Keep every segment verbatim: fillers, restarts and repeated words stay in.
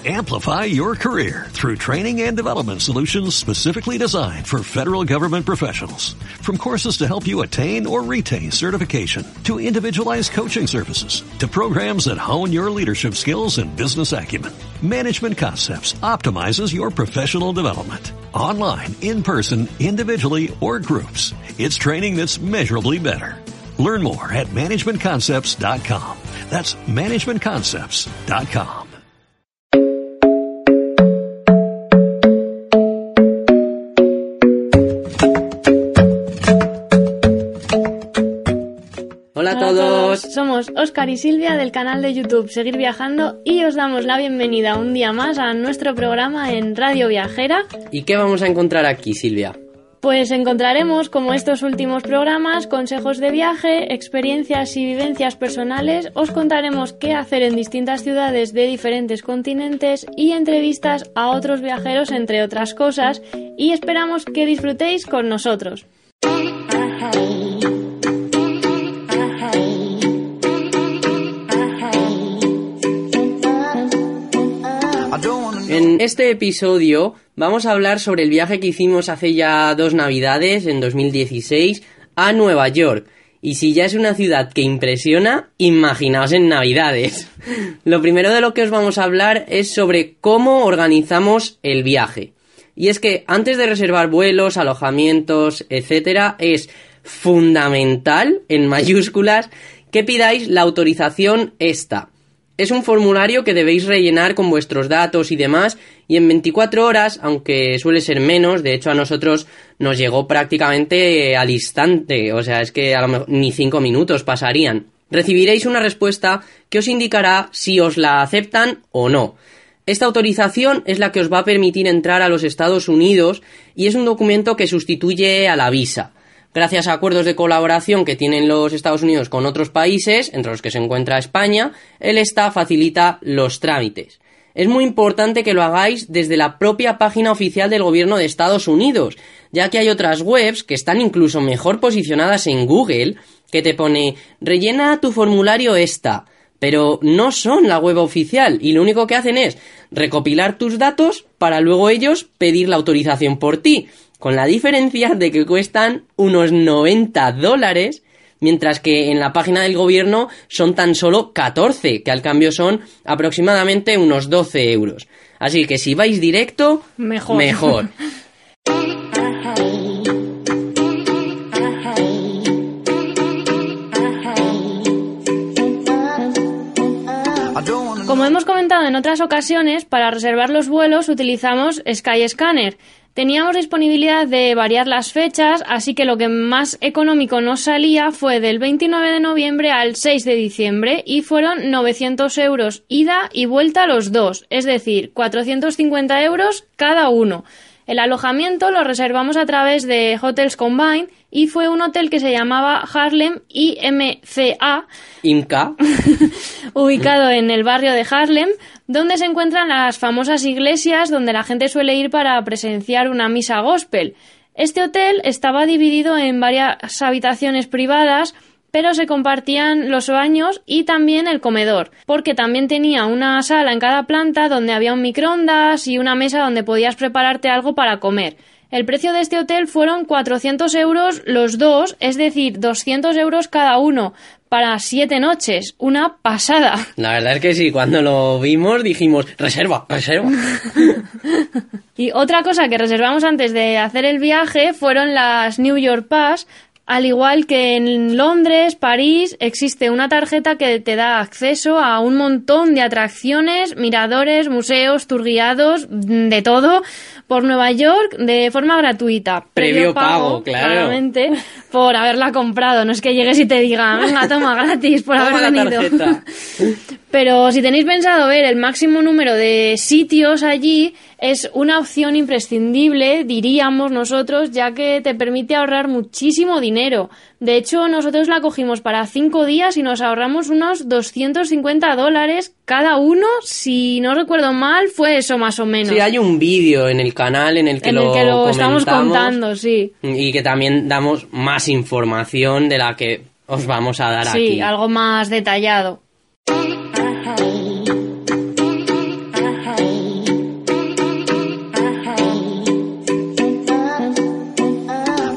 Amplify your career through training and development solutions specifically designed for federal government professionals. From courses to help you attain or retain certification, to individualized coaching services, to programs that hone your leadership skills and business acumen, Management Concepts optimizes your professional development. Online, in person, individually, or groups, it's training that's measurably better. Learn more at management concepts dot com. That's management concepts dot com. Hola a todos. Somos Óscar y Silvia del canal de YouTube Seguir Viajando y os damos la bienvenida un día más a nuestro programa en Radio Viajera. ¿Y qué vamos a encontrar aquí, Silvia? Pues encontraremos, como estos últimos programas, consejos de viaje, experiencias y vivencias personales, os contaremos qué hacer en distintas ciudades de diferentes continentes y entrevistas a otros viajeros, entre otras cosas, y esperamos que disfrutéis con nosotros. En este episodio vamos a hablar sobre el viaje que hicimos hace ya dos navidades, en dos mil dieciséis, a Nueva York. Y si ya es una ciudad que impresiona, imaginaos en navidades. Lo primero de lo que os vamos a hablar es sobre cómo organizamos el viaje. Y es que antes de reservar vuelos, alojamientos, etcétera, es fundamental, en mayúsculas, que pidáis la autorización esta. Es un formulario que debéis rellenar con vuestros datos y demás, y en veinticuatro horas, aunque suele ser menos, de hecho a nosotros nos llegó prácticamente al instante, o sea, es que a lo mejor ni cinco minutos pasarían. Recibiréis una respuesta que os indicará si os la aceptan o no. Esta autorización es la que os va a permitir entrar a los Estados Unidos y es un documento que sustituye a la visa. Gracias a acuerdos de colaboración que tienen los Estados Unidos con otros países, entre los que se encuentra España, el E S T A facilita los trámites. Es muy importante que lo hagáis desde la propia página oficial del gobierno de Estados Unidos, ya que hay otras webs que están incluso mejor posicionadas en Google, que te pone rellena tu formulario E S T A, pero no son la web oficial y lo único que hacen es recopilar tus datos para luego ellos pedir la autorización por ti, con la diferencia de que cuestan unos noventa dólares, mientras que en la página del gobierno son tan solo catorce, que al cambio son aproximadamente unos doce euros. Así que si vais directo, mejor. mejor. Como hemos comentado en otras ocasiones, para reservar los vuelos utilizamos Skyscanner. Teníamos disponibilidad de variar las fechas, así que lo que más económico nos salía fue del veintinueve de noviembre al seis de diciembre y fueron novecientos euros ida y vuelta los dos, es decir, cuatrocientos cincuenta euros cada uno. El alojamiento lo reservamos a través de Hotels Combined y fue un hotel que se llamaba Harlem I M C A, I M C A, ubicado en el barrio de Harlem, donde se encuentran las famosas iglesias donde la gente suele ir para presenciar una misa gospel. Este hotel estaba dividido en varias habitaciones privadas, pero se compartían los baños y también el comedor, porque también tenía una sala en cada planta donde había un microondas y una mesa donde podías prepararte algo para comer. El precio de este hotel fueron cuatrocientos euros los dos, es decir, doscientos euros cada uno, para siete noches. Una pasada. La verdad es que sí, cuando lo vimos dijimos, reserva, reserva. Y otra cosa que reservamos antes de hacer el viaje fueron las New York Pass. Al igual que en Londres, París, existe una tarjeta que te da acceso a un montón de atracciones, miradores, museos, tour guiados, de todo, por Nueva York de forma gratuita. Previo, Previo pago, pago, claro. Claramente, por haberla comprado. No es que llegues y te diga, venga, toma, gratis, por toma haber venido. Tarjeta. Pero si tenéis pensado ver el máximo número de sitios allí, es una opción imprescindible, diríamos nosotros, ya que te permite ahorrar muchísimo dinero. De hecho, nosotros la cogimos para cinco días y nos ahorramos unos doscientos cincuenta dólares cada uno. Si no recuerdo mal, fue eso más o menos. Sí, hay un vídeo en el canal en el que en lo el que lo comentamos, estamos contando, sí. Y que también damos más información de la que os vamos a dar sí, aquí. Sí, algo más detallado.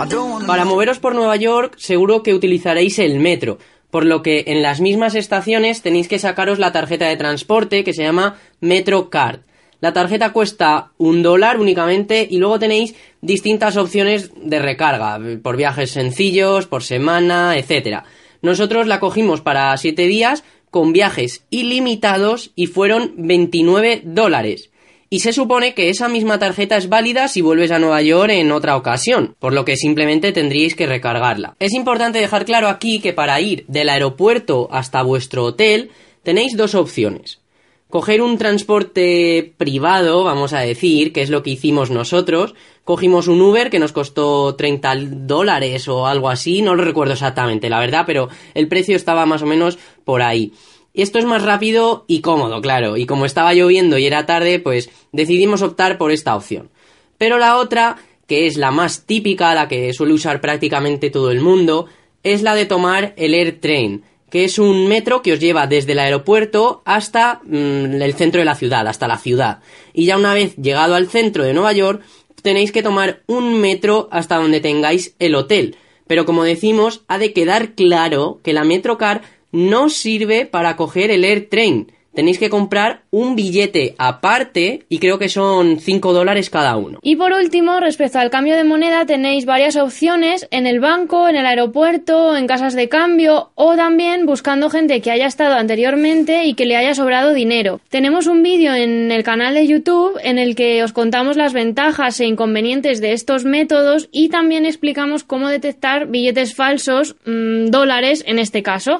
Para moveros por Nueva York seguro que utilizaréis el metro, por lo que en las mismas estaciones tenéis que sacaros la tarjeta de transporte que se llama MetroCard. La tarjeta cuesta un dólar únicamente y luego tenéis distintas opciones de recarga, por viajes sencillos, por semana, etcétera. Nosotros la cogimos para siete días con viajes ilimitados y fueron veintinueve dólares. Y se supone que esa misma tarjeta es válida si vuelves a Nueva York en otra ocasión, por lo que simplemente tendríais que recargarla. Es importante dejar claro aquí que para ir del aeropuerto hasta vuestro hotel tenéis dos opciones. Coger un transporte privado, vamos a decir, que es lo que hicimos nosotros. Cogimos un Uber que nos costó treinta dólares o algo así, no lo recuerdo exactamente, la verdad, pero el precio estaba más o menos por ahí. Esto es más rápido y cómodo, claro, y como estaba lloviendo y era tarde, pues decidimos optar por esta opción. Pero la otra, que es la más típica, la que suele usar prácticamente todo el mundo, es la de tomar el AirTrain, que es un metro que os lleva desde el aeropuerto hasta mmm, el centro de la ciudad, hasta la ciudad. Y ya una vez llegado al centro de Nueva York, tenéis que tomar un metro hasta donde tengáis el hotel. Pero como decimos, ha de quedar claro que la MetroCard no sirve para coger el AirTrain. Tenéis que comprar un billete aparte y creo que son cinco dólares cada uno. Y por último, respecto al cambio de moneda, tenéis varias opciones en el banco, en el aeropuerto, en casas de cambio o también buscando gente que haya estado anteriormente y que le haya sobrado dinero. Tenemos un vídeo en el canal de YouTube en el que os contamos las ventajas e inconvenientes de estos métodos y también explicamos cómo detectar billetes falsos, mmm, dólares en este caso.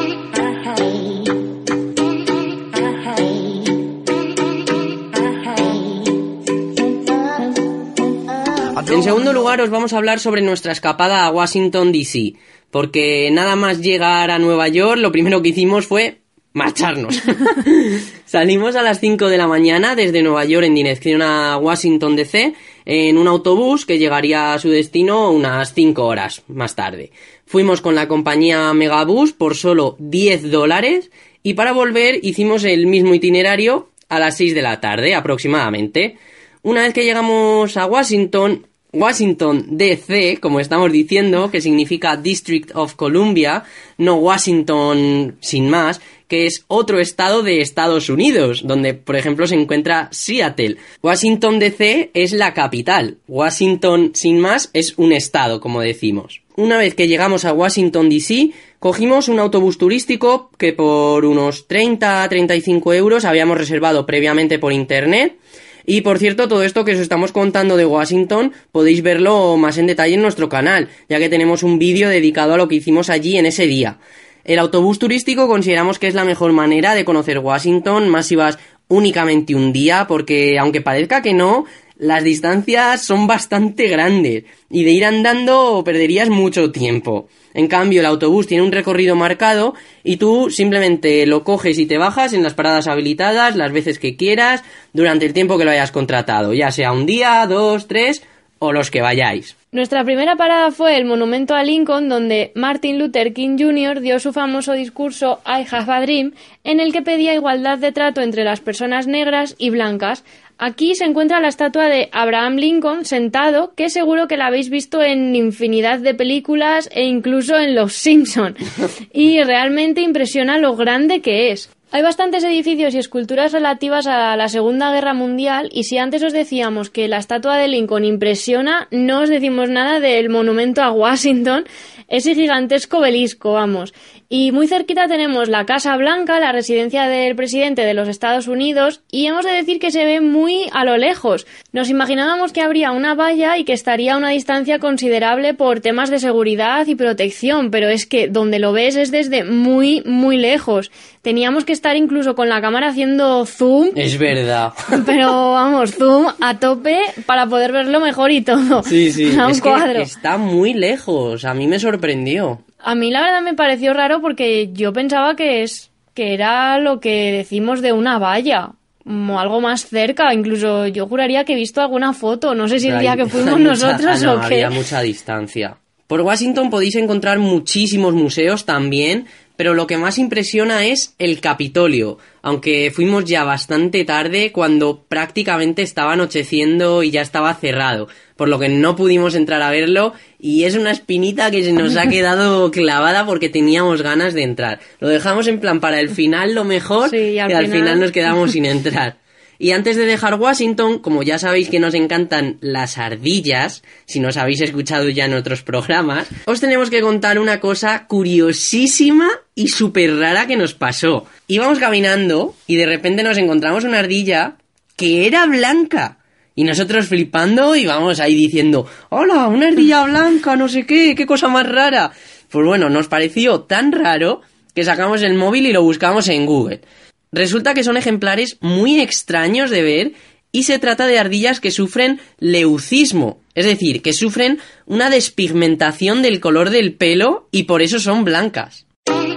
En segundo lugar os vamos a hablar sobre nuestra escapada a Washington D C, porque nada más llegar a Nueva York lo primero que hicimos fue marcharnos. Salimos a las cinco de la mañana desde Nueva York en dirección a Washington D C en un autobús que llegaría a su destino unas cinco horas más tarde. Fuimos con la compañía Megabus por solo diez dólares y para volver hicimos el mismo itinerario a las seis de la tarde aproximadamente. Una vez que llegamos a Washington, Washington D C, como estamos diciendo, que significa District of Columbia, no Washington sin más, que es otro estado de Estados Unidos, donde, por ejemplo, se encuentra Seattle. Washington D C es la capital. Washington sin más es un estado, como decimos. Una vez que llegamos a Washington D C, cogimos un autobús turístico que por unos treinta a treinta y cinco euros habíamos reservado previamente por internet. Y por cierto, todo esto que os estamos contando de Washington podéis verlo más en detalle en nuestro canal, ya que tenemos un vídeo dedicado a lo que hicimos allí en ese día. El autobús turístico consideramos que es la mejor manera de conocer Washington, más si vas únicamente un día, porque aunque parezca que no, las distancias son bastante grandes y de ir andando perderías mucho tiempo. En cambio, el autobús tiene un recorrido marcado y tú simplemente lo coges y te bajas en las paradas habilitadas las veces que quieras durante el tiempo que lo hayas contratado, ya sea un día, dos, tres o los que vayáis. Nuestra primera parada fue el monumento a Lincoln, donde Martin Luther King junior dio su famoso discurso I Have a Dream, en el que pedía igualdad de trato entre las personas negras y blancas. Aquí se encuentra la estatua de Abraham Lincoln sentado, que seguro que la habéis visto en infinidad de películas e incluso en Los Simpson. Y realmente impresiona lo grande que es. Hay bastantes edificios y esculturas relativas a la Segunda Guerra Mundial y si antes os decíamos que la estatua de Lincoln impresiona, no os decimos nada del monumento a Washington, ese gigantesco obelisco, vamos. Y muy cerquita tenemos la Casa Blanca, la residencia del presidente de los Estados Unidos, y hemos de decir que se ve muy a lo lejos. Nos imaginábamos que habría una valla y que estaría a una distancia considerable por temas de seguridad y protección, pero es que donde lo ves es desde muy, muy lejos. Teníamos que estar incluso con la cámara haciendo zoom. Es verdad. Pero vamos, zoom a tope para poder verlo mejor y todo. Sí, sí. A un es cuadro. Que está muy lejos. A mí me sorprendió. A mí la verdad me pareció raro porque yo pensaba que es que era lo que decimos de una valla. O algo más cerca, incluso yo juraría que he visto alguna foto. No sé si el día que fuimos nosotros no, o qué. Había mucha distancia. Por Washington podéis encontrar muchísimos museos también, pero lo que más impresiona es el Capitolio, aunque fuimos ya bastante tarde cuando prácticamente estaba anocheciendo y ya estaba cerrado, por lo que no pudimos entrar a verlo y es una espinita que se nos ha quedado clavada porque teníamos ganas de entrar. Lo dejamos en plan para el final lo mejor, sí, y al y al final... final nos quedamos sin entrar. Y antes de dejar Washington, como ya sabéis que nos encantan las ardillas, si nos habéis escuchado ya en otros programas, os tenemos que contar una cosa curiosísima y súper rara que nos pasó. Íbamos caminando y de repente nos encontramos una ardilla que era blanca. Y nosotros flipando y vamos ahí diciendo, ¡hola, una ardilla blanca, no sé qué, qué cosa más rara! Pues bueno, nos pareció tan raro que sacamos el móvil y lo buscamos en Google. Resulta que son ejemplares muy extraños de ver y se trata de ardillas que sufren leucismo, es decir, que sufren una despigmentación del color del pelo y por eso son blancas.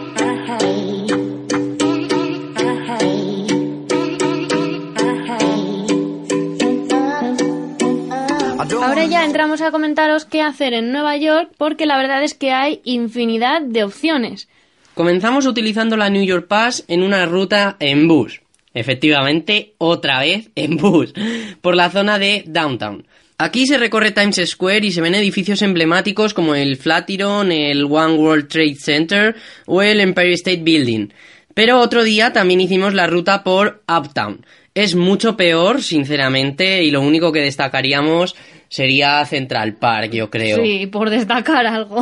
Ahora ya entramos a comentaros qué hacer en Nueva York porque la verdad es que hay infinidad de opciones. Comenzamos utilizando la New York Pass en una ruta en bus. Efectivamente, otra vez en bus, por la zona de Downtown. Aquí se recorre Times Square y se ven edificios emblemáticos como el Flatiron, el One World Trade Center o el Empire State Building. Pero otro día también hicimos la ruta por Uptown. Es mucho peor, sinceramente, y lo único que destacaríamos sería Central Park, yo creo. Sí, por destacar algo.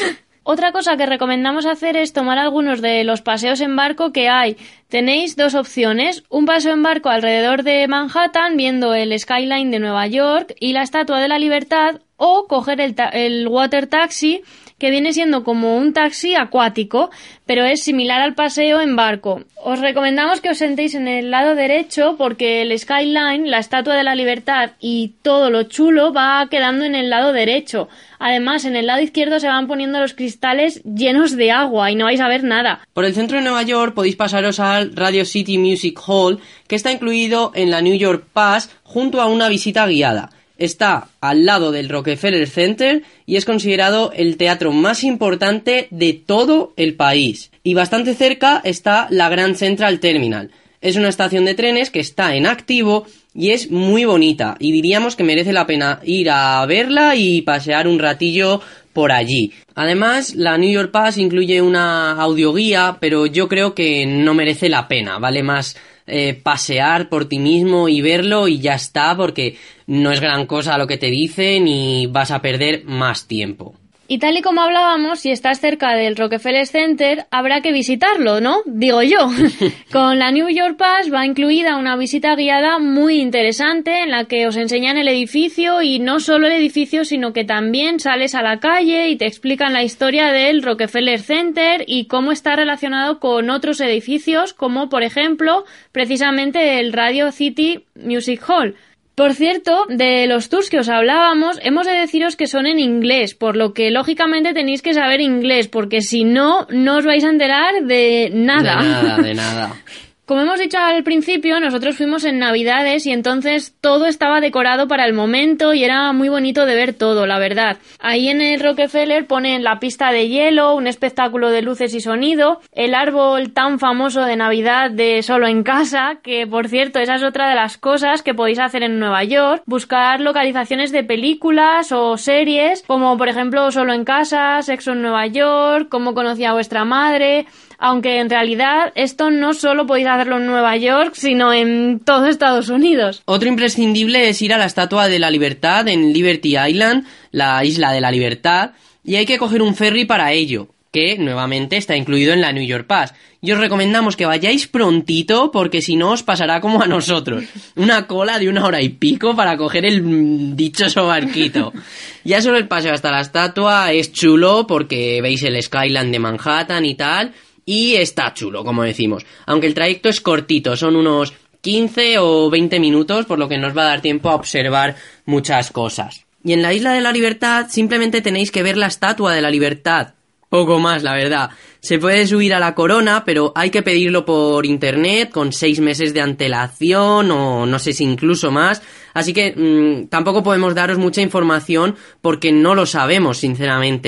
Otra cosa que recomendamos hacer es tomar algunos de los paseos en barco que hay. Tenéis dos opciones, un paseo en barco alrededor de Manhattan viendo el skyline de Nueva York y la Estatua de la Libertad, o coger el, ta- el water taxi, que viene siendo como un taxi acuático, pero es similar al paseo en barco. Os recomendamos que os sentéis en el lado derecho porque el skyline, la Estatua de la Libertad y todo lo chulo va quedando en el lado derecho. Además, en el lado izquierdo se van poniendo los cristales llenos de agua y no vais a ver nada. Por el centro de Nueva York podéis pasaros al Radio City Music Hall, que está incluido en la New York Pass junto a una visita guiada. Está al lado del Rockefeller Center y es considerado el teatro más importante de todo el país. Y bastante cerca está la Grand Central Terminal. Es una estación de trenes que está en activo y es muy bonita. Y diríamos que merece la pena ir a verla y pasear un ratillo por allí. Además, la New York Pass incluye una audioguía, pero yo creo que no merece la pena. Vale más eh, pasear por ti mismo y verlo y ya está, porque no es gran cosa lo que te dicen y vas a perder más tiempo. Y tal y como hablábamos, si estás cerca del Rockefeller Center, habrá que visitarlo, ¿no? Digo yo. Con la New York Pass va incluida una visita guiada muy interesante en la que os enseñan el edificio y no solo el edificio, sino que también sales a la calle y te explican la historia del Rockefeller Center y cómo está relacionado con otros edificios, como por ejemplo, precisamente el Radio City Music Hall. Por cierto, de los tours que os hablábamos, hemos de deciros que son en inglés, por lo que lógicamente tenéis que saber inglés, porque si no, no os vais a enterar de nada. De nada, de nada. Como hemos dicho al principio, nosotros fuimos en Navidades y entonces todo estaba decorado para el momento y era muy bonito de ver todo, la verdad. Ahí en el Rockefeller ponen la pista de hielo, un espectáculo de luces y sonido, el árbol tan famoso de Navidad de Solo en Casa, que por cierto esa es otra de las cosas que podéis hacer en Nueva York, buscar localizaciones de películas o series, como por ejemplo Solo en Casa, Sexo en Nueva York, Cómo conocí a vuestra madre... Aunque en realidad esto no solo podéis hacerlo en Nueva York, sino en todo Estados Unidos. Otro imprescindible es ir a la Estatua de la Libertad en Liberty Island, la Isla de la Libertad, y hay que coger un ferry para ello, que nuevamente está incluido en la New York Pass. Y os recomendamos que vayáis prontito porque si no os pasará como a nosotros. Una cola de una hora y pico para coger el dichoso barquito. Ya solo el paseo hasta la estatua es chulo porque veis el skyline de Manhattan y tal... Y está chulo, como decimos. Aunque el trayecto es cortito, son unos quince o veinte minutos, por lo que nos va a dar tiempo a observar muchas cosas. Y en la Isla de la Libertad simplemente tenéis que ver la Estatua de la Libertad. Poco más, la verdad. Se puede subir a la corona, pero hay que pedirlo por internet con seis meses de antelación o no sé si incluso más. Así que mmm, tampoco podemos daros mucha información porque no lo sabemos, sinceramente.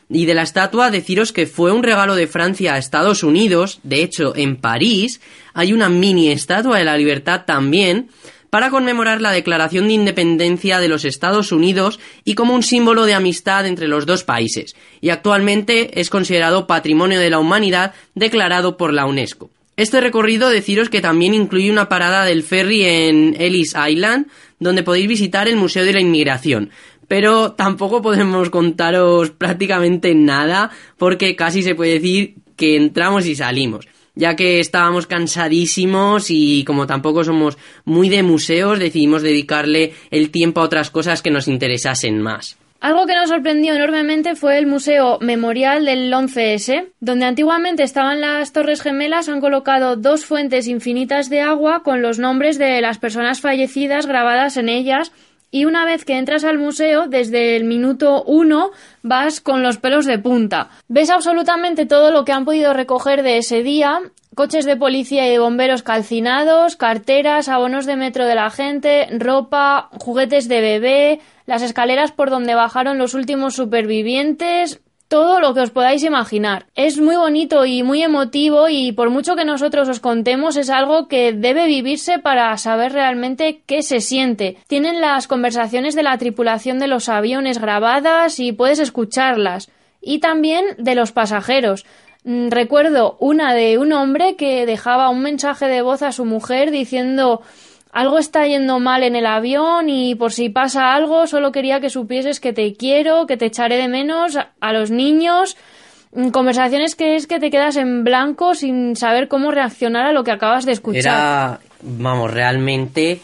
Y de la estatua, deciros que fue un regalo de Francia a Estados Unidos. De hecho, en París hay una mini estatua de la libertad también, para conmemorar la declaración de independencia de los Estados Unidos y como un símbolo de amistad entre los dos países. Y actualmente es considerado Patrimonio de la Humanidad declarado por la UNESCO. Este recorrido, deciros que también incluye una parada del ferry en Ellis Island, donde podéis visitar el Museo de la Inmigración. Pero tampoco podemos contaros prácticamente nada, porque casi se puede decir que entramos y salimos, ya que estábamos cansadísimos y como tampoco somos muy de museos, decidimos dedicarle el tiempo a otras cosas que nos interesasen más. Algo que nos sorprendió enormemente fue el Museo Memorial del once ese, donde antiguamente estaban las Torres Gemelas. Han colocado dos fuentes infinitas de agua con los nombres de las personas fallecidas grabadas en ellas. Y una vez que entras al museo, desde el minuto uno vas con los pelos de punta. Ves absolutamente todo lo que han podido recoger de ese día: coches de policía y de bomberos calcinados, carteras, abonos de metro de la gente, ropa, juguetes de bebé, las escaleras por donde bajaron los últimos supervivientes. Todo lo que os podáis imaginar. Es muy bonito y muy emotivo, y por mucho que nosotros os contemos, es algo que debe vivirse para saber realmente qué se siente. Tienen las conversaciones de la tripulación de los aviones grabadas y puedes escucharlas. Y también de los pasajeros. Recuerdo una de un hombre que dejaba un mensaje de voz a su mujer diciendo: algo está yendo mal en el avión y por si pasa algo solo quería que supieses que te quiero, que te echaré de menos, a los niños. Conversaciones que es que te quedas en blanco sin saber cómo reaccionar a lo que acabas de escuchar. Era, vamos, realmente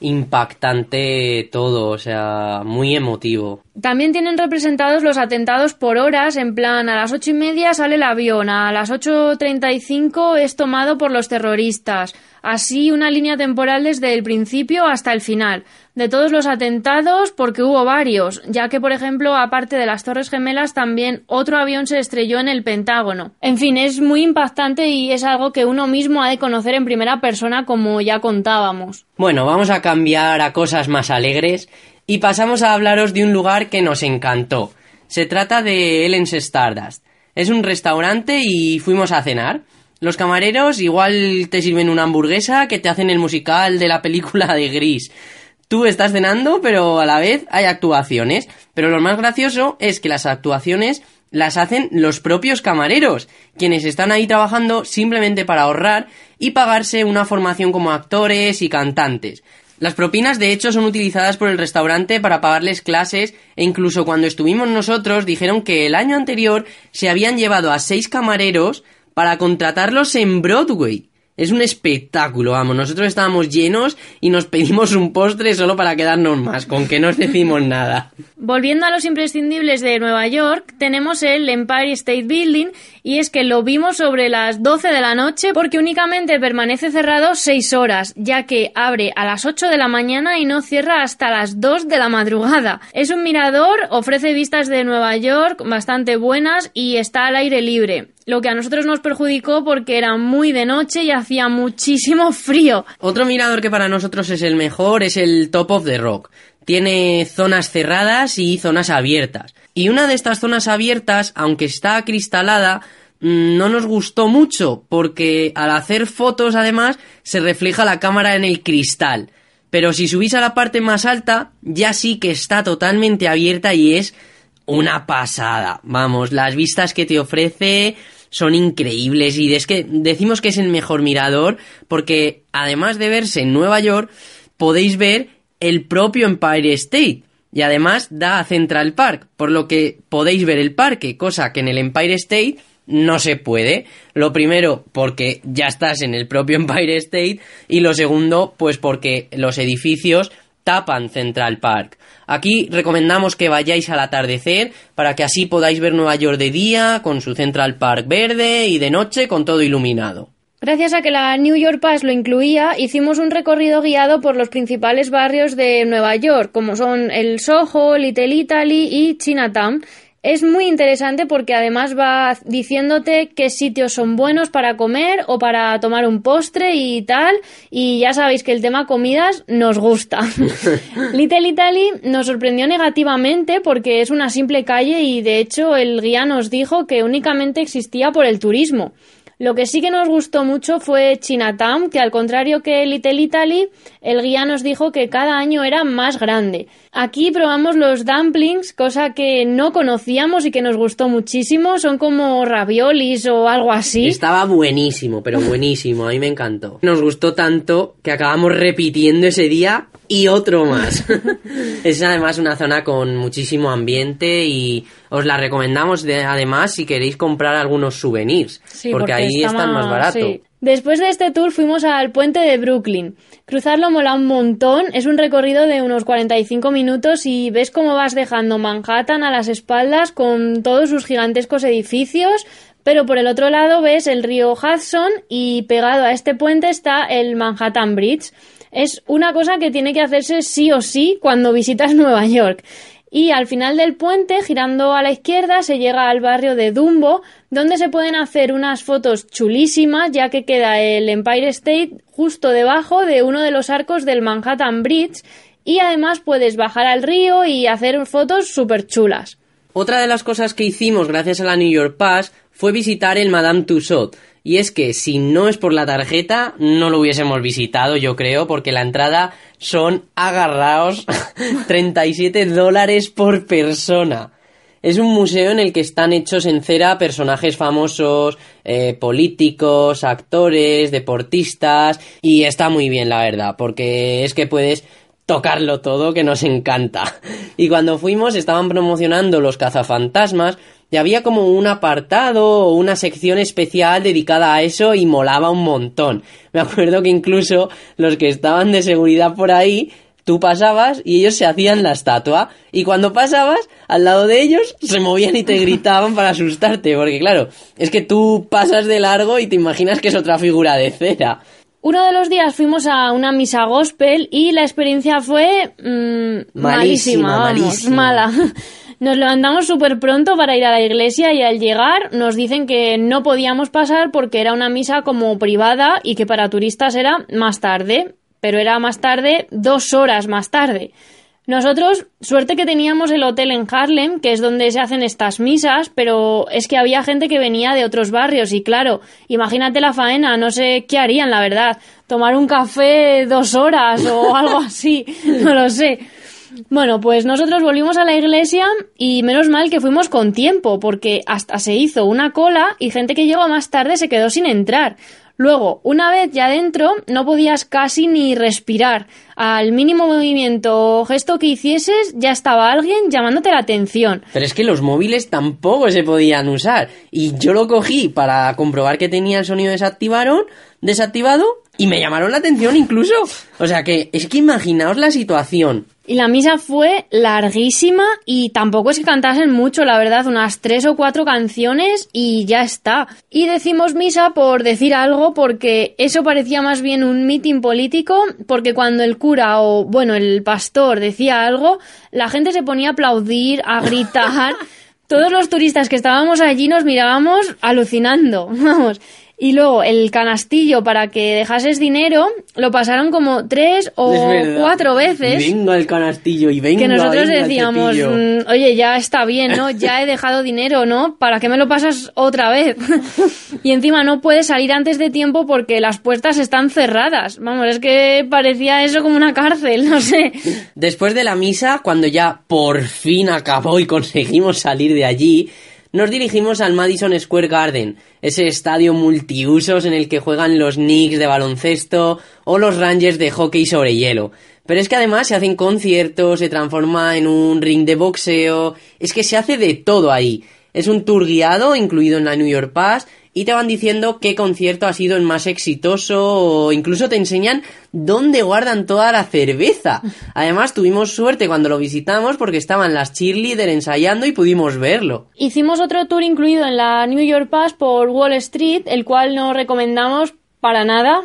impactante todo, o sea, muy emotivo. También tienen representados los atentados por horas, en plan, a las ocho y media sale el avión, a las ocho treinta y cinco es tomado por los terroristas. Así una línea temporal desde el principio hasta el final. De todos los atentados, porque hubo varios, ya que, por ejemplo, aparte de las Torres Gemelas, también otro avión se estrelló en el Pentágono. En fin, es muy impactante y es algo que uno mismo ha de conocer en primera persona, como ya contábamos. Bueno, vamos a cambiar a cosas más alegres y pasamos a hablaros de un lugar que nos encantó. Se trata de Ellen's Stardust. Es un restaurante y fuimos a cenar. Los camareros igual te sirven una hamburguesa que te hacen el musical de la película de Gris. Tú estás cenando, pero a la vez hay actuaciones. Pero lo más gracioso es que las actuaciones las hacen los propios camareros, quienes están ahí trabajando simplemente para ahorrar y pagarse una formación como actores y cantantes. Las propinas, de hecho, son utilizadas por el restaurante para pagarles clases, e incluso cuando estuvimos nosotros dijeron que el año anterior se habían llevado a seis camareros para contratarlos en Broadway. Es un espectáculo, vamos, nosotros estábamos llenos y nos pedimos un postre solo para quedarnos más, con que no os decimos nada. Volviendo a los imprescindibles de Nueva York, tenemos el Empire State Building, y es que lo vimos sobre las doce de la noche porque únicamente permanece cerrado seis horas, ya que abre a las ocho de la mañana y no cierra hasta las dos de la madrugada. Es un mirador, ofrece vistas de Nueva York bastante buenas y está al aire libre, lo que a nosotros nos perjudicó porque era muy de noche y hacía muchísimo frío. Otro mirador que para nosotros es el mejor es el Top of the Rock. Tiene zonas cerradas y zonas abiertas. Y una de estas zonas abiertas, aunque está acristalada, no nos gustó mucho porque al hacer fotos además se refleja la cámara en el cristal. Pero si subís a la parte más alta, ya sí que está totalmente abierta y es una pasada. Vamos, las vistas que te ofrece son increíbles y es que decimos que es el mejor mirador porque además de verse en Nueva York, podéis ver el propio Empire State y además da a Central Park, por lo que podéis ver el parque, cosa que en el Empire State no se puede. Lo primero, porque ya estás en el propio Empire State, y lo segundo, pues porque los edificios tapan Central Park. Aquí recomendamos que vayáis al atardecer para que así podáis ver Nueva York de día con su Central Park verde y de noche con todo iluminado. Gracias a que la New York Pass lo incluía, hicimos un recorrido guiado por los principales barrios de Nueva York, como son el Soho, Little Italy y Chinatown. Es muy interesante porque además va diciéndote qué sitios son buenos para comer o para tomar un postre y tal, y ya sabéis que el tema comidas nos gusta. Little Italy nos sorprendió negativamente porque es una simple calle y de hecho el guía nos dijo que únicamente existía por el turismo. Lo que sí que nos gustó mucho fue Chinatown, que al contrario que Little Italy, el guía nos dijo que cada año era más grande. Aquí probamos los dumplings, cosa que no conocíamos y que nos gustó muchísimo. Son como raviolis o algo así. Estaba buenísimo, pero buenísimo. A mí me encantó. Nos gustó tanto que acabamos repitiendo ese día y otro más. Es además una zona con muchísimo ambiente y os la recomendamos de, además si queréis comprar algunos souvenirs, sí, porque, porque ahí está están más, más barato. Sí. Después de este tour fuimos al puente de Brooklyn. Cruzarlo mola un montón, es un recorrido de unos cuarenta y cinco minutos y ves cómo vas dejando Manhattan a las espaldas con todos sus gigantescos edificios, pero por el otro lado ves el río Hudson y pegado a este puente está el Manhattan Bridge. Es una cosa que tiene que hacerse sí o sí cuando visitas Nueva York. Y al final del puente, girando a la izquierda, se llega al barrio de Dumbo, donde se pueden hacer unas fotos chulísimas, ya que queda el Empire State justo debajo de uno de los arcos del Manhattan Bridge, y además puedes bajar al río y hacer fotos súper chulas. Otra de las cosas que hicimos gracias a la New York Pass fue visitar el Madame Tussauds. Y es que si no es por la tarjeta, no lo hubiésemos visitado, yo creo, porque la entrada son, agarraos, treinta y siete dólares por persona. Es un museo en el que están hechos en cera personajes famosos, eh, políticos, actores, deportistas, y está muy bien, la verdad, porque es que puedes tocarlo todo, que nos encanta. Y cuando fuimos estaban promocionando los cazafantasmas y había como un apartado o una sección especial dedicada a eso y molaba un montón. Me acuerdo que incluso los que estaban de seguridad por ahí, tú pasabas y ellos se hacían la estatua y cuando pasabas al lado de ellos se movían y te gritaban para asustarte, porque claro, es que tú pasas de largo y te imaginas que es otra figura de cera. Uno de los días fuimos a una misa gospel y la experiencia fue mmm, malísima, malísima, vamos, malísima. mala. Nos levantamos súper pronto para ir a la iglesia y al llegar nos dicen que no podíamos pasar porque era una misa como privada y que para turistas era más tarde, pero era más tarde, dos horas más tarde. Nosotros, suerte que teníamos el hotel en Harlem, que es donde se hacen estas misas, pero es que había gente que venía de otros barrios y claro, imagínate la faena, no sé qué harían, la verdad, tomar un café dos horas o algo así, no lo sé. Bueno, pues nosotros volvimos a la iglesia y menos mal que fuimos con tiempo, porque hasta se hizo una cola y gente que llegó más tarde se quedó sin entrar. Luego, una vez ya dentro, no podías casi ni respirar. Al mínimo movimiento o gesto que hicieses, ya estaba alguien llamándote la atención. Pero es que los móviles tampoco se podían usar. Y yo lo cogí para comprobar que tenía el sonido desactivaron, desactivado y me llamaron la atención incluso. O sea que, es que imaginaos la situación. Y la misa fue larguísima y tampoco es que cantasen mucho, la verdad, unas tres o cuatro canciones y ya está. Y decimos misa por decir algo porque eso parecía más bien un mitin político, porque cuando el cura o, bueno, el pastor decía algo, la gente se ponía a aplaudir, a gritar. Todos los turistas que estábamos allí nos mirábamos alucinando, vamos. Y luego el canastillo para que dejases dinero lo pasaron como tres o cuatro veces. Y venga el canastillo y venga. Que nosotros venga decíamos, mmm, oye, ya está bien, ¿no? Ya he dejado dinero, ¿no? ¿Para qué me lo pasas otra vez? Y encima no puedes salir antes de tiempo porque las puertas están cerradas. Vamos, es que parecía eso como una cárcel, no sé. Después de la misa, cuando ya por fin acabó y conseguimos salir de allí, nos dirigimos al Madison Square Garden, ese estadio multiusos en el que juegan los Knicks de baloncesto o los Rangers de hockey sobre hielo. Pero es que además se hacen conciertos, se transforma en un ring de boxeo, es que se hace de todo ahí. Es un tour guiado incluido en la New York Pass y te van diciendo qué concierto ha sido el más exitoso o incluso te enseñan dónde guardan toda la cerveza. Además tuvimos suerte cuando lo visitamos porque estaban las cheerleaders ensayando y pudimos verlo. Hicimos otro tour incluido en la New York Pass por Wall Street, el cual no recomendamos para nada.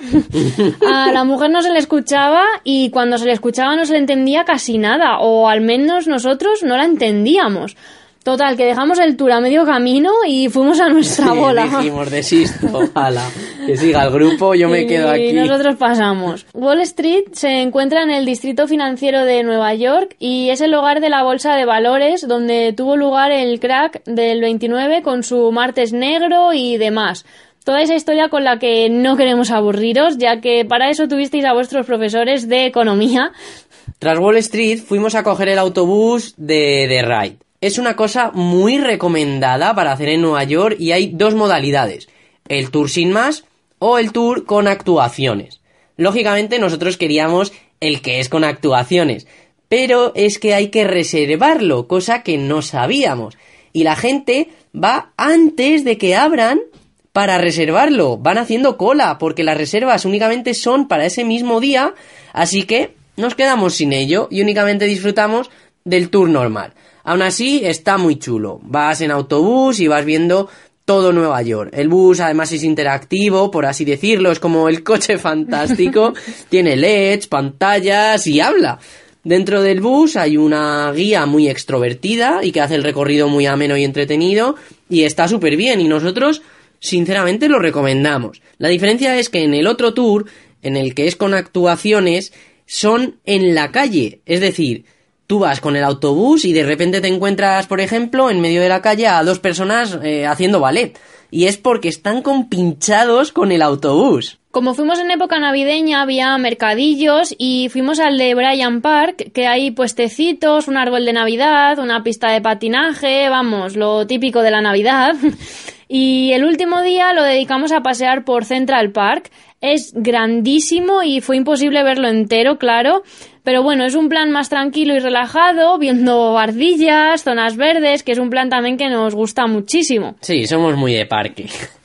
A la mujer no se le escuchaba y cuando se le escuchaba no se le entendía casi nada, o al menos nosotros no la entendíamos. Total, que dejamos el tour a medio camino y fuimos a nuestra sí, bola. dijimos, desisto, ala, que siga el grupo, yo me y quedo aquí. Y nosotros pasamos. Wall Street se encuentra en el distrito financiero de Nueva York y es el hogar de la bolsa de valores donde tuvo lugar el crack del veintinueve con su martes negro y demás. Toda esa historia con la que no queremos aburriros, ya que para eso tuvisteis a vuestros profesores de economía. Tras Wall Street fuimos a coger el autobús de The Ride. Es una cosa muy recomendada para hacer en Nueva York y hay dos modalidades, el tour sin más o el tour con actuaciones. Lógicamente nosotros queríamos el que es con actuaciones, pero es que hay que reservarlo, cosa que no sabíamos. Y la gente va antes de que abran para reservarlo, van haciendo cola, porque las reservas únicamente son para ese mismo día, así que nos quedamos sin ello y únicamente disfrutamos del tour normal. Aún así, está muy chulo. Vas en autobús y vas viendo todo Nueva York. El bus además es interactivo, por así decirlo, es como el coche fantástico. Tiene L E Ds, pantallas y habla. Dentro del bus hay una guía muy extrovertida y que hace el recorrido muy ameno y entretenido y está súper bien y nosotros sinceramente lo recomendamos. La diferencia es que en el otro tour, en el que es con actuaciones, son en la calle, es decir, tú vas con el autobús y de repente te encuentras, por ejemplo, en medio de la calle a dos personas eh, haciendo ballet. Y es porque están compinchados con el autobús. Como fuimos en época navideña, había mercadillos y fuimos al de Bryant Park, que hay puestecitos, un árbol de Navidad, una pista de patinaje, vamos, lo típico de la Navidad. Y el último día lo dedicamos a pasear por Central Park. Es grandísimo y fue imposible verlo entero, claro. Pero bueno, es un plan más tranquilo y relajado, viendo ardillas, zonas verdes, que es un plan también que nos gusta muchísimo. Sí, somos muy de parque.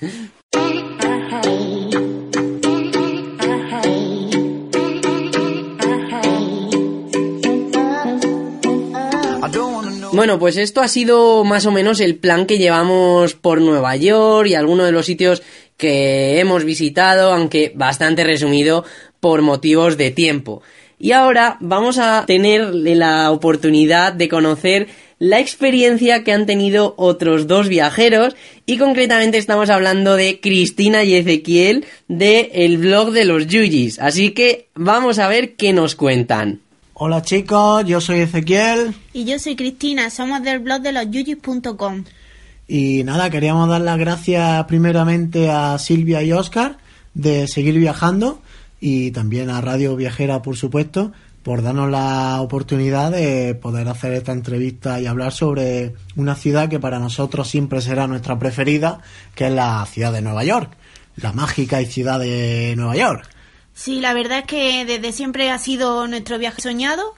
Bueno, pues esto ha sido más o menos el plan que llevamos por Nueva York y algunos de los sitios que hemos visitado, aunque bastante resumido por motivos de tiempo. Y ahora vamos a tener la oportunidad de conocer la experiencia que han tenido otros dos viajeros y concretamente estamos hablando de Cristina y Ezequiel de el blog de los Yuyis. Así que vamos a ver qué nos cuentan. Hola chicos, yo soy Ezequiel. Y yo soy Cristina, somos del blog de los yuyis punto com. Y nada, queríamos dar las gracias primeramente a Silvia y Óscar de Seguir Viajando y también a Radio Viajera, por supuesto, por darnos la oportunidad de poder hacer esta entrevista y hablar sobre una ciudad que para nosotros siempre será nuestra preferida, que es la ciudad de Nueva York, la mágica y ciudad de Nueva York. Sí, la verdad es que desde siempre ha sido nuestro viaje soñado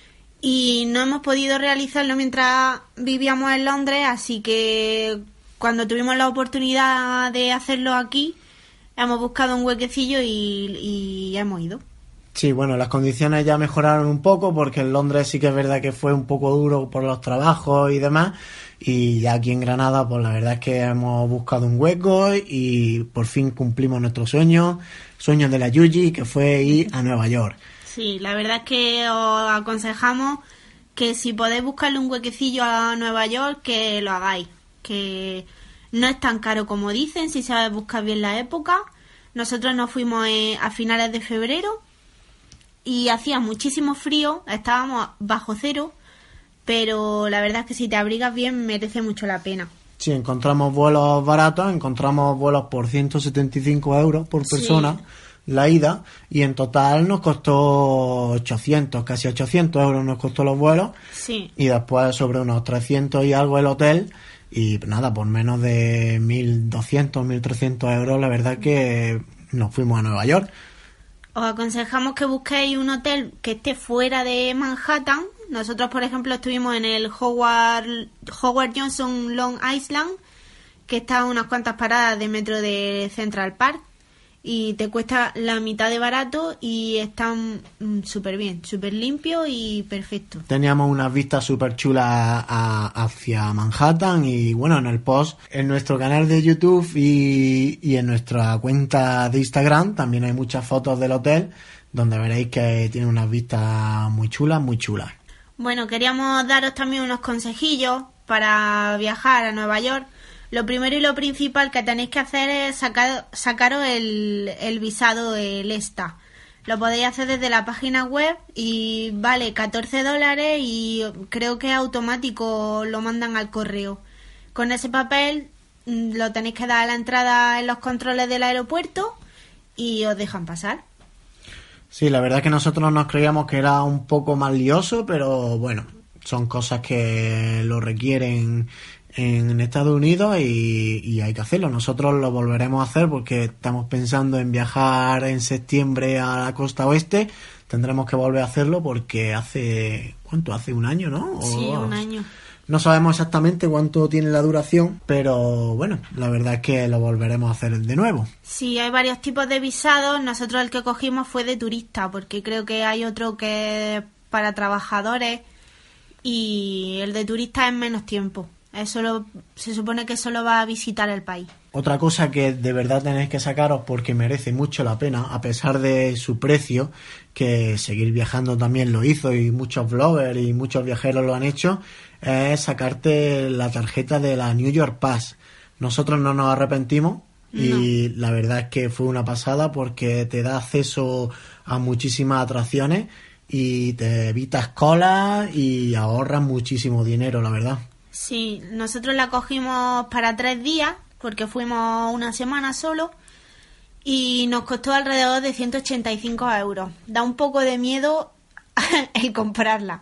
y no hemos podido realizarlo mientras vivíamos en Londres, así que cuando tuvimos la oportunidad de hacerlo aquí, hemos buscado un huequecillo y, y hemos ido. Sí, bueno, las condiciones ya mejoraron un poco porque en Londres sí que es verdad que fue un poco duro por los trabajos y demás, y ya aquí en Granada pues la verdad es que hemos buscado un hueco y por fin cumplimos nuestro sueño, sueño de la Yuyi, que fue ir a Nueva York. Sí, la verdad es que os aconsejamos que si podéis buscarle un huequecillo a Nueva York, que lo hagáis, que no es tan caro como dicen, si sabes buscar bien la época. Nosotros nos fuimos eh, a finales de febrero y hacía muchísimo frío, estábamos bajo cero, pero la verdad es que si te abrigas bien merece mucho la pena. Sí, encontramos vuelos baratos, encontramos vuelos por ciento setenta y cinco euros por persona, sí, la ida, y en total nos costó ochocientos, casi ochocientos euros nos costó los vuelos, sí, y después sobre unos trescientos y algo el hotel, y nada, por menos de mil doscientos, mil trescientos euros, la verdad que nos fuimos a Nueva York. Os aconsejamos que busquéis un hotel que esté fuera de Manhattan. Nosotros, por ejemplo, estuvimos en el Howard, Howard Johnson Long Island, que está a unas cuantas paradas de metro de Central Park, y te cuesta la mitad de barato y están súper bien, súper limpio y perfecto. Teníamos unas vistas súper chulas a, hacia Manhattan y bueno, en el post, en nuestro canal de YouTube y, y en nuestra cuenta de Instagram también hay muchas fotos del hotel donde veréis que tiene unas vistas muy chulas, muy chulas. Bueno, queríamos daros también unos consejillos para viajar a Nueva York, lo primero y lo principal que tenéis que hacer es sacar, sacaros el, el visado, el ESTA. Lo podéis hacer desde la página web y vale catorce dólares y creo que automático lo mandan al correo. Con ese papel lo tenéis que dar a la entrada en los controles del aeropuerto y os dejan pasar. Sí, la verdad es que nosotros nos creíamos que era un poco más lioso, pero bueno, son cosas que lo requieren en Estados Unidos y, y hay que hacerlo. Nosotros lo volveremos a hacer porque estamos pensando en viajar en septiembre a la costa oeste. Tendremos que volver a hacerlo porque hace... ¿Cuánto? Hace un año, ¿no? Sí, o, un año. No sabemos exactamente cuánto tiene la duración, pero bueno, la verdad es que lo volveremos a hacer de nuevo. Sí, hay varios tipos de visados. Nosotros el que cogimos fue de turista, porque creo que hay otro que es para trabajadores y el de turista es menos tiempo. Es solo, se supone que solo va a visitar el país. Otra cosa que de verdad tenéis que sacaros porque merece mucho la pena, a pesar de su precio, que Seguir Viajando también lo hizo y muchos bloggers y muchos viajeros lo han hecho, es sacarte la tarjeta de la New York Pass. Nosotros no nos arrepentimos y no. La verdad es que fue una pasada porque te da acceso a muchísimas atracciones y te evitas colas y ahorras muchísimo dinero, la verdad. Sí, nosotros la cogimos para tres días, porque fuimos una semana solo, y nos costó alrededor de ciento ochenta y cinco euros. Da un poco de miedo el comprarla,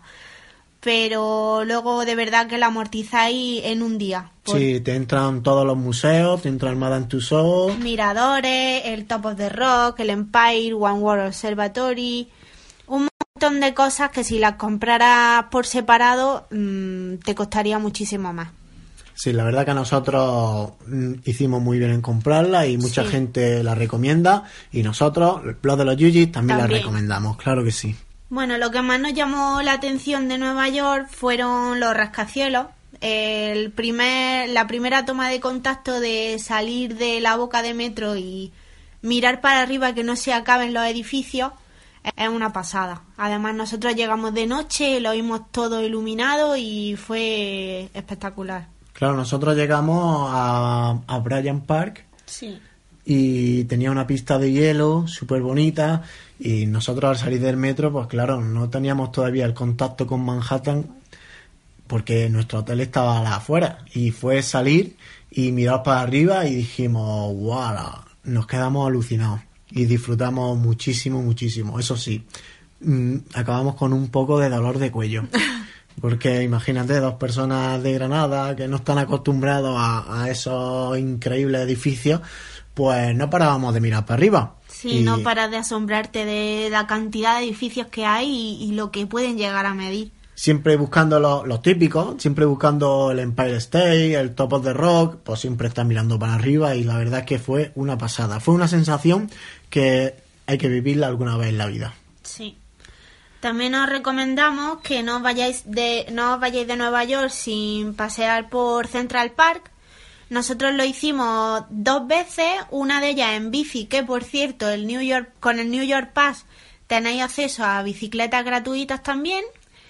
pero luego de verdad que la amortizáis en un día. Por... Sí, te entran todos los museos, te entra el Madame Tussauds, miradores, el Top of the Rock, el Empire, One World Observatory... un montón de cosas que si las compraras por separado mmm, te costaría muchísimo más. Sí, la verdad que nosotros mmm, hicimos muy bien en comprarla y mucha sí. gente la recomienda y nosotros, el blog de los Yuyis, también, también la recomendamos, claro que sí. Bueno, lo que más nos llamó la atención de Nueva York fueron los rascacielos. El primer, la primera toma de contacto de salir de la boca de metro y mirar para arriba que no se acaben los edificios es una pasada. Además nosotros llegamos de noche, lo vimos todo iluminado y fue espectacular. Claro, nosotros llegamos a, a Bryant Park sí. y tenía una pista de hielo súper bonita y nosotros al salir del metro, pues claro, no teníamos todavía el contacto con Manhattan porque nuestro hotel estaba a la afuera y fue salir y mirar para arriba y dijimos, wow, nos quedamos alucinados. Y disfrutamos muchísimo, muchísimo. Eso sí, mmm, acabamos con un poco de dolor de cuello. Porque imagínate, dos personas de Granada que no están acostumbrados a, a esos increíbles edificios, pues no parábamos de mirar para arriba. Sí, y... no paras de asombrarte de la cantidad de edificios que hay y, y lo que pueden llegar a medir. Siempre buscando los, los típicos, siempre buscando el Empire State, el Top of the Rock, pues siempre estás mirando para arriba y la verdad es que fue una pasada. Fue una sensación que hay que vivirla alguna vez en la vida. Sí. También os recomendamos que no os vayáis de, no os vayáis de Nueva York sin pasear por Central Park. Nosotros lo hicimos dos veces, una de ellas en bici, que por cierto, el New York, con el New York Pass tenéis acceso a bicicletas gratuitas también.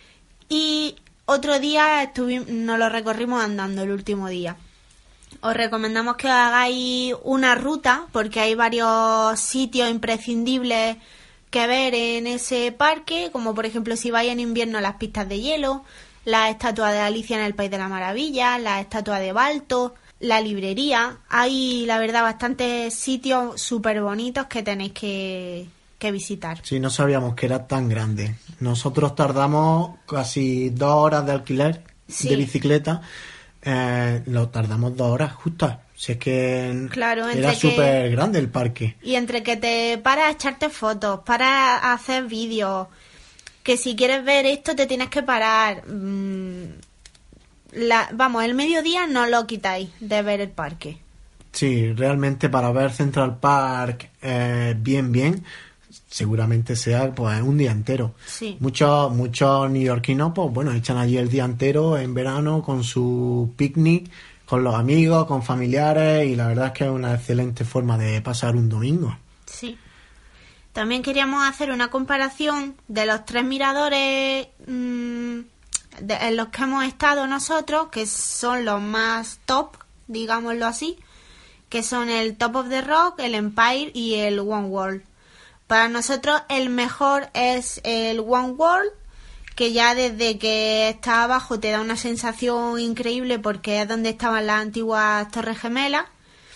Y otro día estuvimos, nos lo recorrimos andando el último día. Os recomendamos que hagáis una ruta porque hay varios sitios imprescindibles que ver en ese parque, como por ejemplo si vais en invierno las pistas de hielo, la estatua de Alicia en el País de la Maravilla, la estatua de Balto, la librería. Hay, la verdad, bastantes sitios súper bonitos que tenéis que... que visitar. Sí, no sabíamos que era tan grande. Nosotros tardamos casi dos horas de alquiler sí. de bicicleta. Eh, lo tardamos dos horas justas. Si es que claro, era súper grande el parque. Y entre que te paras a echarte fotos, para hacer vídeos, que si quieres ver esto te tienes que parar. Mmm, la, vamos, el mediodía no lo quitáis de ver el parque. Sí, realmente para ver Central Park eh, bien, bien, seguramente sea pues un día entero. Sí. Muchos muchos neoyorquinos pues bueno, echan allí el día entero en verano con su picnic, con los amigos, con familiares y la verdad es que es una excelente forma de pasar un domingo. Sí. También queríamos hacer una comparación de los tres miradores mmm, de, en los que hemos estado nosotros, que son los más top, digámoslo así, que son el Top of the Rock, el Empire y el One World. Para nosotros el mejor es el One World, que ya desde que está abajo te da una sensación increíble porque es donde estaban las antiguas Torres Gemelas.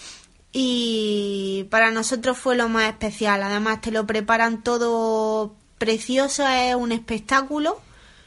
Y para nosotros fue lo más especial. Además te lo preparan todo precioso, es un espectáculo.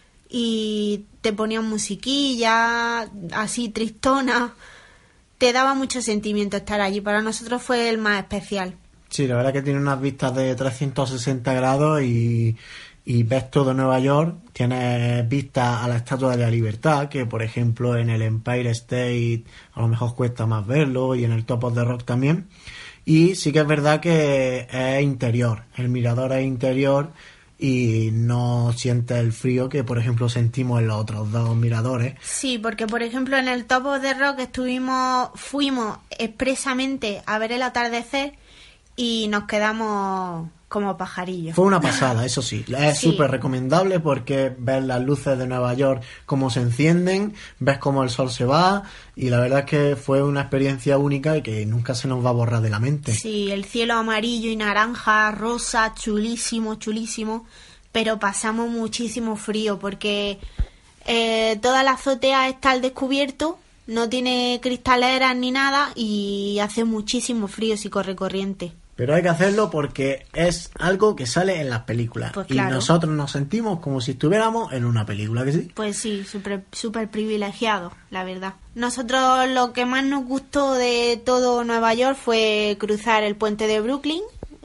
Y te ponían musiquilla, así tristona. Te daba mucho sentimiento estar allí. Para nosotros fue el más especial. Sí, la verdad que tiene unas vistas de trescientos sesenta grados y, y ves todo Nueva York. Tienes vistas a la Estatua de la Libertad, que por ejemplo en el Empire State a lo mejor cuesta más verlo, y en el Top of the Rock también. Y sí que es verdad que es interior, el mirador es interior y no sientes el frío que por ejemplo sentimos en los otros dos miradores. Sí, porque por ejemplo en el Top of the Rock estuvimos, fuimos expresamente a ver el atardecer y nos quedamos como pajarillos. Fue una pasada, eso sí. Es Sí. súper recomendable porque ves las luces de Nueva York cómo se encienden, ves cómo el sol se va, y la verdad es que fue una experiencia única y que nunca se nos va a borrar de la mente. Sí, el cielo amarillo y naranja, rosa, chulísimo, chulísimo, pero pasamos muchísimo frío porque eh, toda la azotea está al descubierto, no tiene cristaleras ni nada y hace muchísimo frío si corre corriente. Pero hay que hacerlo porque es algo que sale en las películas. Pues y claro. nosotros nos sentimos como si estuviéramos en una película, ¿que sí? Pues sí, súper súper privilegiado, la verdad. Nosotros lo que más nos gustó de todo Nueva York fue cruzar el puente de Brooklyn.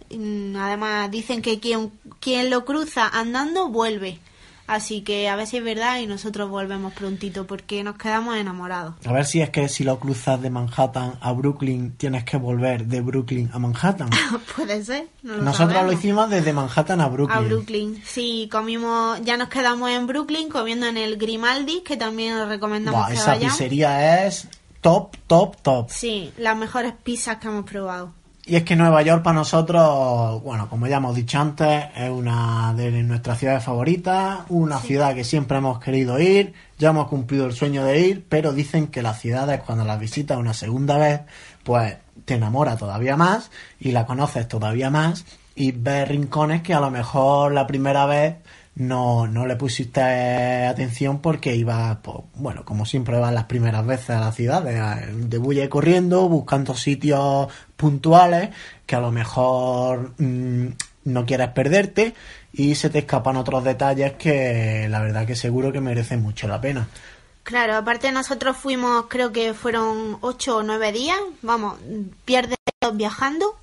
Además dicen que quien, quien lo cruza andando vuelve. Así que a ver si es verdad y nosotros volvemos prontito porque nos quedamos enamorados. A ver si es que si lo cruzas de Manhattan a Brooklyn tienes que volver de Brooklyn a Manhattan. Puede ser, no lo Nosotros sabemos. lo hicimos desde Manhattan a Brooklyn. A Brooklyn, sí, comimos, ya nos quedamos en Brooklyn comiendo en el Grimaldi, que también os recomendamos Buah, que esa vayan. pizzería es top, top, top. Sí, las mejores pizzas que hemos probado. Y es que Nueva York para nosotros, bueno, como ya hemos dicho antes, es una de nuestras ciudades favoritas, una Sí. ciudad que siempre hemos querido ir, ya hemos cumplido el sueño de ir, pero dicen que las ciudades cuando las visitas una segunda vez, pues te enamora todavía más y la conoces todavía más y ves rincones que a lo mejor la primera vez no, no le pusiste atención porque ibas, pues, bueno, como siempre vas las primeras veces a la ciudad, de, de bulle corriendo, buscando sitios puntuales que a lo mejor mmm, no quieres perderte y se te escapan otros detalles que la verdad que seguro que merecen mucho la pena. Claro, aparte nosotros fuimos, creo que fueron ocho o nueve días, vamos, pierdes viajando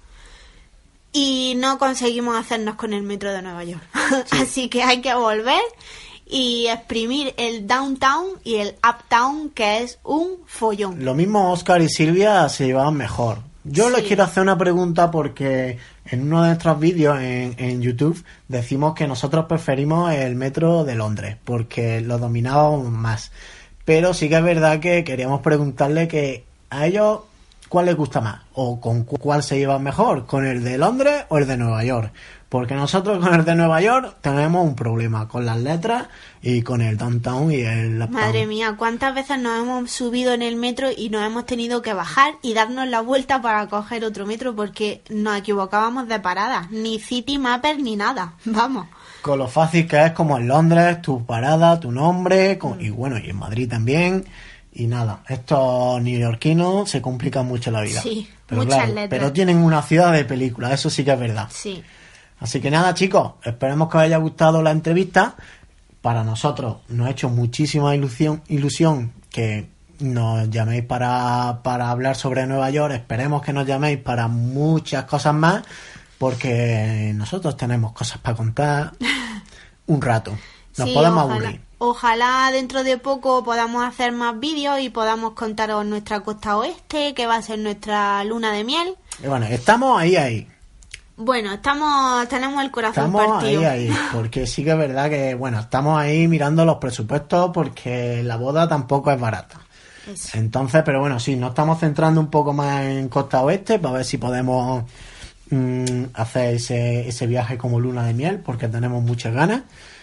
y no conseguimos hacernos con el metro de Nueva York. Sí. Así que hay que volver y exprimir el downtown y el uptown, que es un follón. Lo mismo Óscar y Silvia se llevaban mejor. Yo Sí. les quiero hacer una pregunta porque en uno de nuestros vídeos en, en YouTube decimos que nosotros preferimos el metro de Londres porque lo dominábamos más. Pero sí que es verdad que queríamos preguntarle que a ellos cuál les gusta más o con cu- cuál se llevan mejor, con el de Londres o el de Nueva York. Porque nosotros con el de Nueva York tenemos un problema con las letras y con el downtown y el uptown. Madre mía, ¿cuántas veces nos hemos subido en el metro y nos hemos tenido que bajar y darnos la vuelta para coger otro metro porque nos equivocábamos de parada? Ni City Mapper ni nada, vamos. Con lo fácil que es como en Londres, tu parada, tu nombre, con, y bueno, y en Madrid también. Y nada, estos neoyorquinos se complican mucho la vida. Sí, pero muchas claro, letras. pero tienen una ciudad de película, eso sí que es verdad. Sí. Así que nada, chicos, esperemos que os haya gustado la entrevista. Para nosotros nos ha hecho muchísima ilusión, ilusión que nos llaméis para, para hablar sobre Nueva York. Esperemos que nos llaméis para muchas cosas más, porque nosotros tenemos cosas para contar un rato. Nos Sí, podemos ojalá, aburrir. ojalá dentro de poco podamos hacer más vídeos y podamos contaros nuestra costa oeste, que va a ser nuestra luna de miel. Y bueno, estamos ahí, ahí. Bueno, estamos, tenemos el corazón Estamos partido. ahí, ahí. Porque sí que es verdad que, bueno, estamos ahí mirando los presupuestos porque la boda tampoco es barata. Eso. Entonces, pero bueno, sí, nos estamos centrando un poco más en costa oeste para ver si podemos mmm, hacer ese, ese viaje como luna de miel, porque tenemos muchas ganas.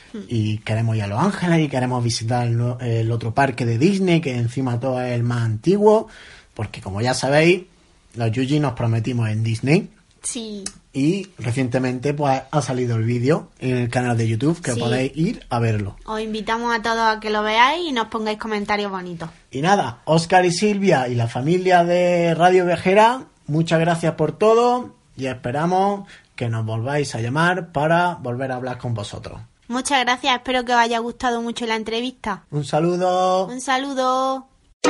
y queremos ir a Los Ángeles y queremos visitar el, el otro parque de Disney, que encima todo es el más antiguo, porque como ya sabéis, los Yuji nos prometimos en Disney. Sí. Y recientemente pues ha salido el vídeo en el canal de YouTube, que Sí. podéis ir a verlo. Os invitamos a todos a que lo veáis y nos pongáis comentarios bonitos. Y nada, Óscar y Silvia y la familia de Radio Viajera, muchas gracias por todo y esperamos que nos volváis a llamar para volver a hablar con vosotros. Muchas gracias, espero que os haya gustado mucho la entrevista. Un saludo. Un saludo.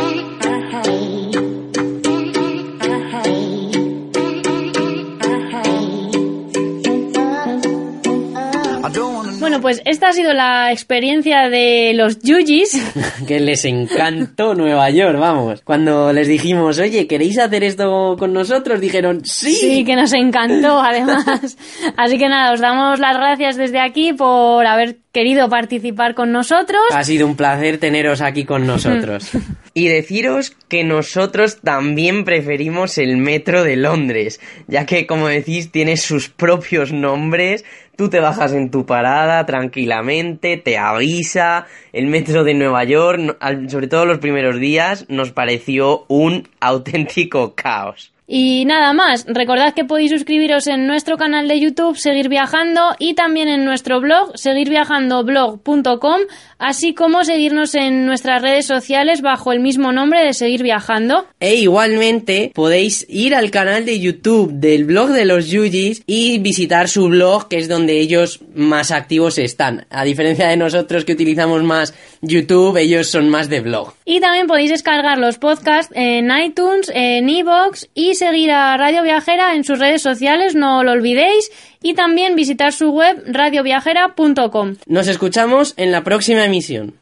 Bueno, pues esta ha sido la experiencia de los Yujis. Que les encantó Nueva York, vamos. Cuando les dijimos, oye, ¿queréis hacer esto con nosotros? Dijeron, sí. Sí, que nos encantó, además. Así que nada, os damos las gracias desde aquí por haber querido participar con nosotros. Ha sido un placer teneros aquí con nosotros. Y deciros que nosotros también preferimos el metro de Londres, ya que, como decís, tiene sus propios nombres. Tú te bajas en tu parada tranquilamente, te avisa. El metro de Nueva York, sobre todo los primeros días, nos pareció un auténtico caos. Y nada más, recordad que podéis suscribiros en nuestro canal de YouTube Seguir Viajando y también en nuestro blog seguir viajando blog punto com, así como seguirnos en nuestras redes sociales bajo el mismo nombre de Seguir Viajando. E igualmente podéis ir al canal de YouTube del blog de los Yujis y visitar su blog, que es donde ellos más activos están. A diferencia de nosotros, que utilizamos más YouTube, ellos son más de blog. Y también podéis descargar los podcasts en iTunes, en iVoox y seguir a Radio Viajera en sus redes sociales, no lo olvidéis, y también visitar su web radio viajera punto com. Nos escuchamos en la próxima emisión.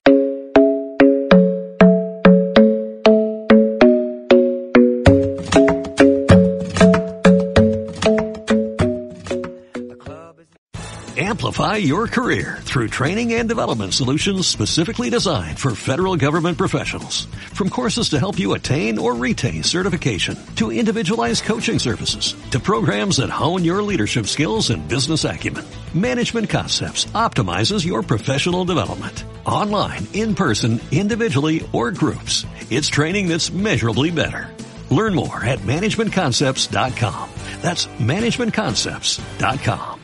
Amplify your career through training and development solutions specifically designed for federal government professionals. From courses to help you attain or retain certification, to individualized coaching services, to programs that hone your leadership skills and business acumen, Management Concepts optimizes your professional development. Online, in person, individually, or groups, it's training that's measurably better. Learn more at management concepts dot com. That's management concepts dot com.